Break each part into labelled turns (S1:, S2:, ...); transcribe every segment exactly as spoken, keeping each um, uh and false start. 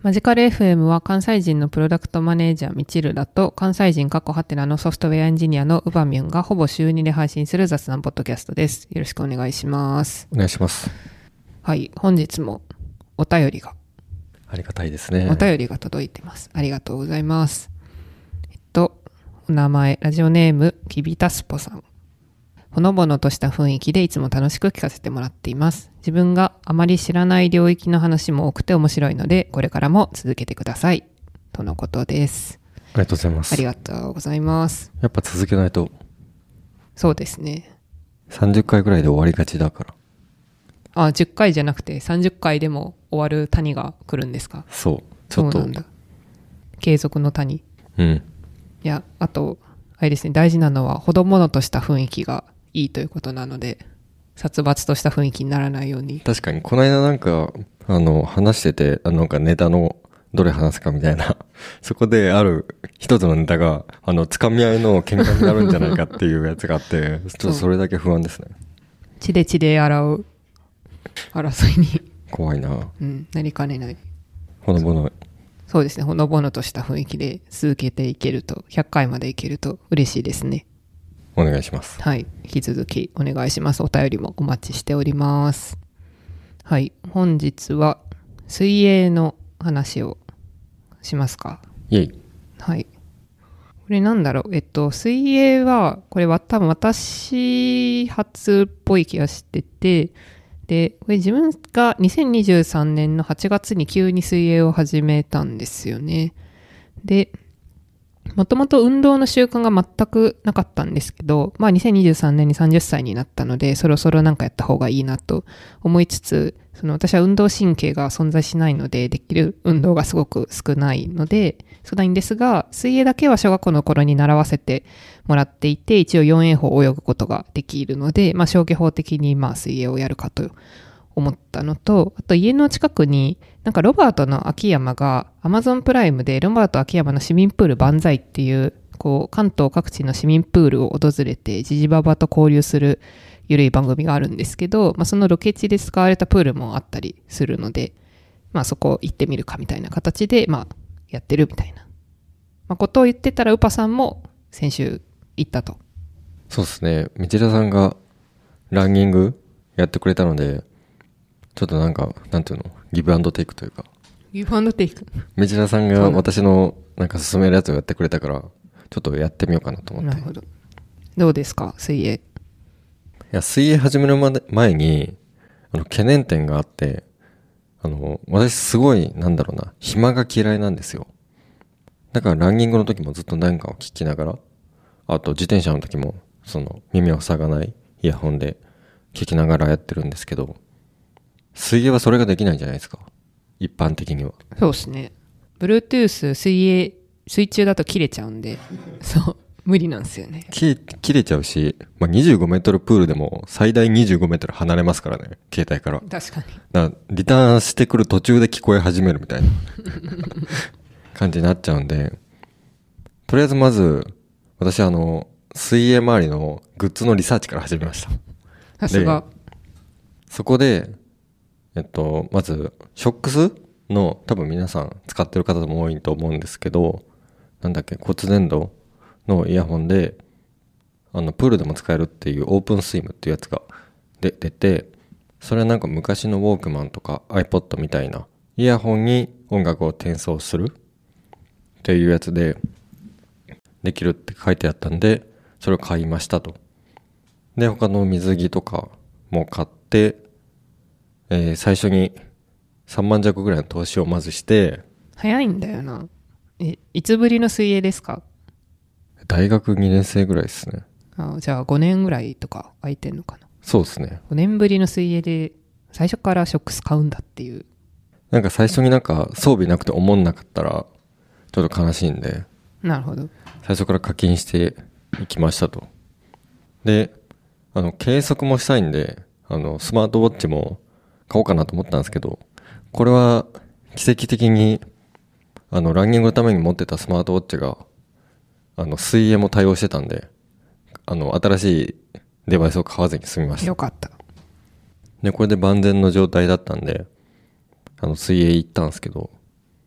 S1: マジカル エフエム は関西人のプロダクトマネージャーみちるだと関西人過去ハテナのソフトウェアエンジニアのウバミュンがほぼ週にで配信する雑談ポッドキャストです。よろしくお願いします。
S2: お願いします。
S1: はい、本日もお便りが
S2: ありがたいですね。
S1: お便りが届いてます。ありがとうございます。えっとお名前ラジオネームきびたすぽさん。ほのぼのとした雰囲気でいつも楽しく聞かせてもらっています。自分があまり知らない領域の話も多くて面白いので、これからも続けてください。とのことです。
S2: ありがとうございます。
S1: ありがとうございます。
S2: やっぱ続けないと。
S1: そうですね。
S2: さんじゅっかいぐらいで終わりがちだから。
S1: あ、じゅっかいじゃなくてさんじゅっかいでも終わる谷が来るんですか？
S2: そう。ちょっと。
S1: そうなんだ。継続の谷。
S2: うん。
S1: いや、あと、あれですね、大事なのは、ほどものとした雰囲気がいいということなので、殺伐とした雰囲気にならないように。
S2: 確かに、この間なんか、あの、話してて、あの、なんかネタの、どれ話すかみたいな、そこである一つのネタが、あの、掴み合いの喧嘩になるんじゃないかっていうやつがあって、ちょっとそれだけ不安ですね。
S1: 血で血で洗う争いに。
S2: 怖いな。
S1: うん、なりかねない。
S2: ほのぼの。
S1: そうですね、ほのぼのとした雰囲気で続けていけると、ひゃっかいまでいけると嬉しいですね。
S2: お願いします。
S1: はい。引き続きお願いします。お便りもお待ちしております。はい。本日は水泳の話をしますか。
S2: イェイ。
S1: はい。これなんだろう。えっと、水泳は、これは多分私初っぽい気がしてて、で、これ自分がにせんにじゅうさんねんのはちがつに急に水泳を始めたんですよね。で、もともと運動の習慣が全くなかったんですけど、まあにせんにじゅうさんねんにさんじゅっさいになったので、そろそろなんかやった方がいいなと思いつつ、その私は運動神経が存在しないので、できる運動がすごく少ないので、少ないんですが、水泳だけは小学校の頃に習わせてもらっていて、一応よん泳法泳ぐことができるので、まあ消去法的にまあ水泳をやるかと思ったのと、あと家の近くになんかロバートの秋山が Amazon プライムでロバート秋山の市民プール万歳っていうこう関東各地の市民プールを訪れてジジババと交流するゆるい番組があるんですけど、まあ、そのロケ地で使われたプールもあったりするので、まあそこ行ってみるかみたいな形でまあやってるみたいな、まあ、ことを言ってたらウパさんも先週行ったと。
S2: そうですね。道田さんがランニングやってくれたので、ちょっとなんか、なんていうの、ギブアンドテイクというか。
S1: ギブアンドテイク。
S2: 道田さんが私のなんか勧めるやつをやってくれたから、ちょっとやってみようかなと思って。
S1: なるほど。どうですか、水泳。
S2: いや、水泳始めるまで前に、あの、懸念点があって、あの、私すごい、なんだろうな、暇が嫌いなんですよ。だからランニングの時もずっと何かを聞きながら、あと自転車の時も、その、耳を塞がないイヤホンで聞きながらやってるんですけど、水泳はそれができないじゃないですか。一般的には。
S1: そうですね。Bluetooth 水泳、水中だと切れちゃうんで、そう、無理なんですよね。
S2: 切れちゃうし、まあ、にじゅうごメートルプールでも最大にじゅうごメートル離れますからね、携帯から。
S1: 確かに。
S2: だからリターンしてくる途中で聞こえ始めるみたいな感じになっちゃうんで、とりあえずまず、私あの、水泳周りのグッズのリサーチから始めました。
S1: さすが。
S2: そこで、えっと、まず、ショックスの、多分皆さん使ってる方も多いと思うんですけど、なんだっけ、骨伝導のイヤホンで、あの、プールでも使えるっていうオープンスイムっていうやつがで出て、それはなんか昔のウォークマンとか iPod みたいな、イヤホンに音楽を転送するっていうやつで、できるって書いてあったんで、それを買いましたと。で、他の水着とかも買って、えー、最初にさんまん弱ぐらいの投資をまずして、
S1: 早いんだよな。え、いつぶりの水泳ですか？
S2: 大学にねん生ぐらいですね。
S1: あ、じゃあごねんぐらいとか空いてんのかな。
S2: そうですね。
S1: ごねんぶりの水泳で最初からショックス買うんだっていう。
S2: なんか最初になんか装備なくて思んなかったらちょっと悲しいんで。
S1: なるほど。
S2: 最初から課金していきましたと。で、あの計測もしたいんで、あのスマートウォッチも買おうかなと思ったんですけど、これは奇跡的にあのランニングのために持ってたスマートウォッチがあの水泳も対応してたんで、あの新しいデバイスを買わずに済みました。
S1: よかった。
S2: でこれで万全の状態だったんで、あの水泳行ったんですけど、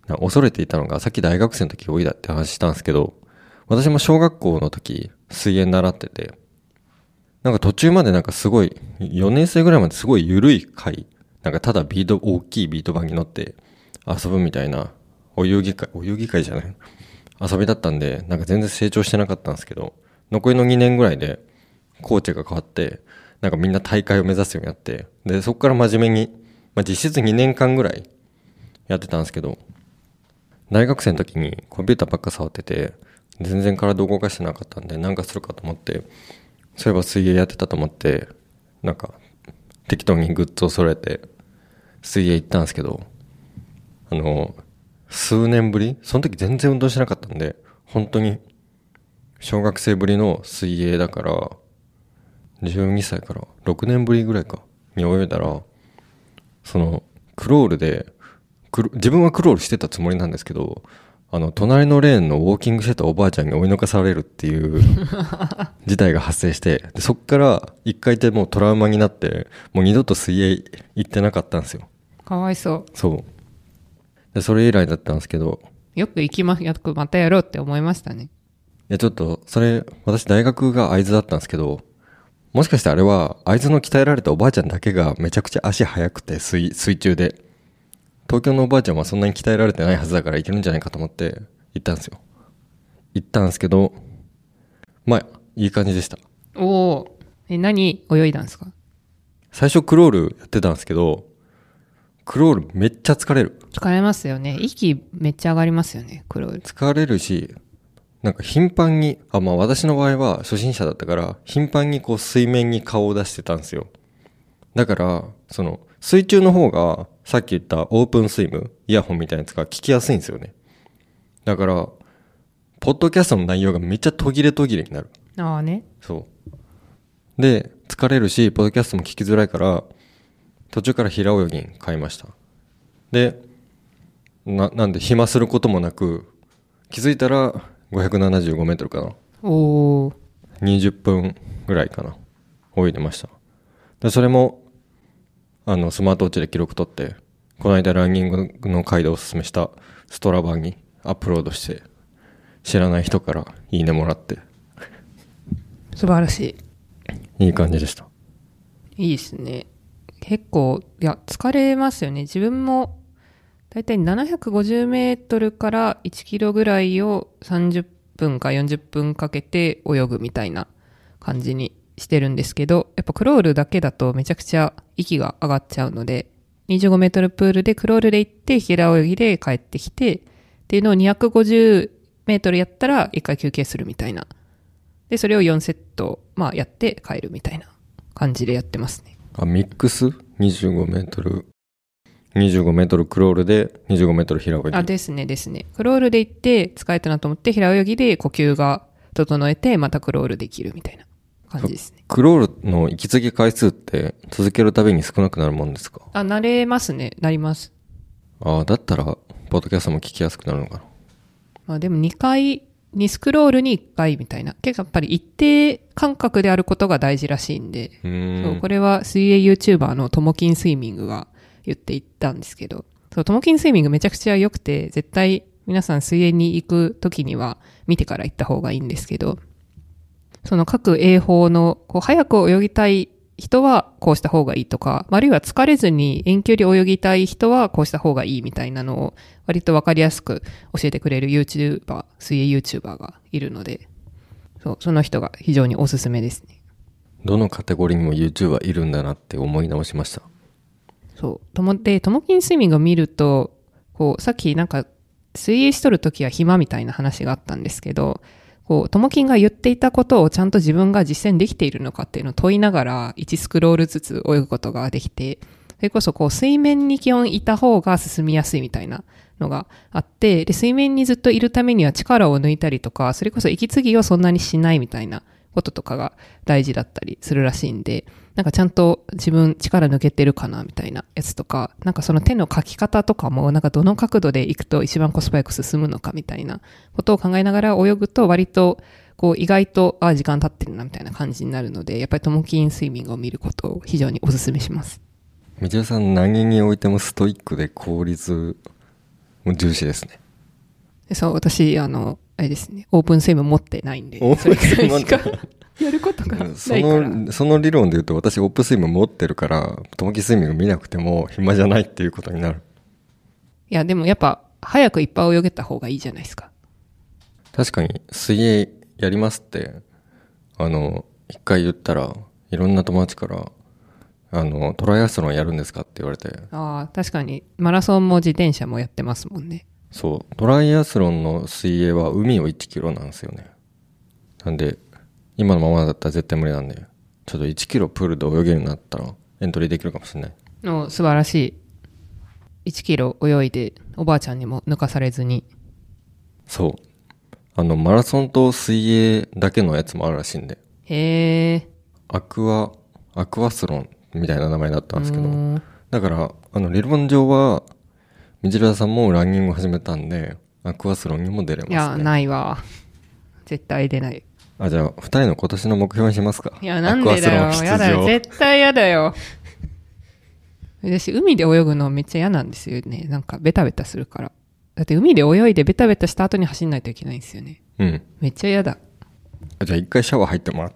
S2: な恐れていたのが、さっき大学生の時泳いだって話したんですけど、私も小学校の時水泳習ってて、なんか途中までなんかすごい、よねん生ぐらいまですごい緩い回、なんかただビート、大きいビート板に乗って遊ぶみたいな、泳ぎ会、泳ぎ会じゃない遊びだったんで、なんか全然成長してなかったんですけど、残りのにねんぐらいでコーチが変わって、なんかみんな大会を目指すようになって、で、そこから真面目に、まあ実質にねんかんぐらいやってたんですけど、大学生の時にコンピューターばっか触ってて、全然体動かしてなかったんで、なんかするかと思って、そういえば水泳やってたと思って、なんか適当にグッズを揃えて水泳行ったんですけど、あの、数年ぶりその時全然運動してなかったんで、本当に小学生ぶりの水泳だから、じゅうにさいからろくねんぶりぐらいかに泳いだら、そのクロールで、クロ自分はクロールしてたつもりなんですけど、あの、隣のレーンのウォーキングしてたおばあちゃんに追い抜かされるっていう事態が発生して、でそっから一回でもうトラウマになって、もう二度と水泳行ってなかったんですよ。
S1: かわいそう。
S2: そう。で、それ以来だったんですけど。
S1: よく行きま、よくまたやろうって思いましたね。
S2: いや、ちょっと、それ、私大学が会津だったんですけど、もしかしてあれは、会津の鍛えられたおばあちゃんだけがめちゃくちゃ足速くて、水、水中で。東京のおばあちゃんはそんなに鍛えられてないはずだからいけるんじゃないかと思って行ったんですよ。行ったんですけど、まあ、いい感じでした。
S1: おお。え、何泳いだんですか？
S2: 最初クロールやってたんですけど、クロールめっちゃ疲れる。
S1: 疲れますよね。息めっちゃ上がりますよね、クロール。
S2: 疲れるし、なんか頻繁に、あ、まあ私の場合は初心者だったから、頻繁にこう水面に顔を出してたんですよ。だから、その、水中の方が、さっき言ったオープンスイム、イヤホンみたいなやつが聞きやすいんですよね。だから、ポッドキャストの内容がめっちゃ途切れ途切れになる。
S1: ああね。
S2: そう。で、疲れるし、ポッドキャストも聞きづらいから、途中から平泳ぎに変えました。で、な、なんで暇することもなく、気づいたらごひゃくななじゅうごメートルかな。
S1: おお。
S2: にじゅっぷんぐらいかな。泳いでました。で、それも、あの、スマートウォッチで記録取って、この間ランニングの回でおすすめしたストラバにアップロードして、知らない人からいいねもらって。
S1: 素晴らし
S2: い。いい感じでした。
S1: い。いいですね。結構、いや、疲れますよね。自分も、だいたいななひゃくごじゅうメートルからいちキロぐらいをさんじゅっぷんかよんじゅっぷんかけて泳ぐみたいな感じにしてるんですけど、やっぱクロールだけだとめちゃくちゃ息が上がっちゃうので、にじゅうごメートルプールでクロールで行って平泳ぎで帰ってきてっていうのをにひゃくごじゅうメートルやったらいっかい休憩するみたいな。で、それをよんセット、まあやって帰るみたいな感じでやってますね。
S2: あ、ミックス にじゅうごメートル、にじゅうごメートルクロールでにじゅうごメートル平泳ぎ。
S1: あ、ですねですね。クロールで行って疲れたなと思って平泳ぎで呼吸が整えてまたクロールできるみたいな感じですね。
S2: クロールの息継ぎ回数って続けるたびに少なくなるもんですか？
S1: あ、慣れますね。なります。
S2: ああ、だったら、ポッドキャストも聞きやすくなるのかな。
S1: まあでもにかい、にスクロールにいっかいみたいな。結構やっぱり一定間隔であることが大事らしいんで。
S2: うーん。
S1: そう、これは水泳 YouTuber のともきんスイミングが言っていったんですけど。そう、ともきんスイミングめちゃくちゃ良くて、絶対皆さん水泳に行く時には見てから行った方がいいんですけど、その各泳法の、こう、早く泳ぎたい人はこうした方がいいとか、あるいは疲れずに遠距離泳ぎたい人はこうした方がいいみたいなのを割とわかりやすく教えてくれる YouTuber、水泳 YouTuber がいるので、そう、その人が非常におすすめですね。
S2: どのカテゴリーにも YouTuber いるんだなって思い直しました。
S1: そう。とも、で、ともきんスイミングを見ると、こう、さっきなんか水泳しとるときは暇みたいな話があったんですけど、こう、ともきんが言っていたことをちゃんと自分が実践できているのかっていうのを問いながらいちスクロールずつ泳ぐことができて、それこそこう水面に基本いた方が進みやすいみたいなのがあって、で、水面にずっといるためには力を抜いたりとか、それこそ息継ぎをそんなにしないみたいなこととかが大事だったりするらしいんで、なんかちゃんと自分力抜けてるかなみたいなやつとか、なんかその手の書き方とかも、なんかどの角度で行くと一番コスパよく進むのかみたいなことを考えながら泳ぐと割とこう意外と、あ、時間経ってるなみたいな感じになるので、やっぱりともきんスイミングを見ることを非常にお勧めします。
S2: みちおさん何においてもストイックで効率もう重視ですね。
S1: そう、私、あの、あれですね、オープンスイム持ってないんで、
S2: オープンスイム
S1: それくらいしかやることがないから。
S2: その、その理論で言うと私オープンスイム持ってるから、トモキスイミング見なくても暇じゃないっていうことになる。
S1: いや、でもやっぱ、早くいっぱい泳げた方がいいじゃないですか。
S2: 確かに、水泳やりますって、あの、一回言ったら、いろんな友達から、あの、トライアスロンやるんですかって言われて。
S1: ああ、確かに、マラソンも自転車もやってますもんね。
S2: そう、トライアスロンの水泳は海をいちキロなんですよね。なんで、今のままだったら絶対無理なんで、ちょっといちキロプールで泳げるようになったらエントリーできるかもしれない。
S1: お、素晴らしい。いちキロ泳いでおばあちゃんにも抜かされずに。
S2: そう。あの、マラソンと水泳だけのやつもあるらしいんで。
S1: へえ。
S2: アクア、アクアスロンみたいな名前だったんですけど。
S1: うーん。
S2: だから、あの、理論上は、みちるやさんもランニングを始めたんで、アクアスロンにも出れますね。
S1: いや、ないわ。絶対出ない。
S2: あ、じゃあ、二人の今年の目標にしますか。
S1: いや、なんでだよ。
S2: アクアスロン出場
S1: やだよ。絶対やだよ。私、海で泳ぐのめっちゃ嫌なんですよね。なんか、ベタベタするから。だって海で泳いでベタベタした後に走んないといけないんですよね。
S2: うん。
S1: めっちゃ嫌だ。
S2: じゃあ一回シャワー入ってもらって。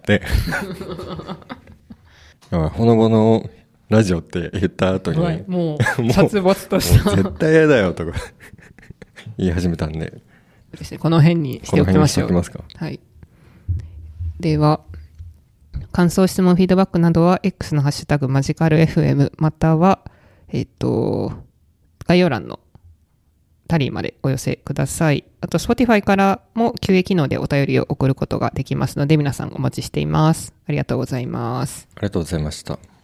S2: ほのぼのラジオって言った後に。
S1: もう、殺没とした。
S2: 絶対嫌だよとか言い始めたんで。
S1: ですね、この辺にしておきましょう。
S2: この辺にしておきますか。
S1: はい。では、感想、質問、フィードバックなどは X のハッシュタグマジカル エフエム または、えっと、概要欄のタリーまでお寄せください。あと、Spotify からも キューエー 機能でお便りを送ることができますので、皆さんお待ちしています。ありがとうございます。
S2: ありがとうございました。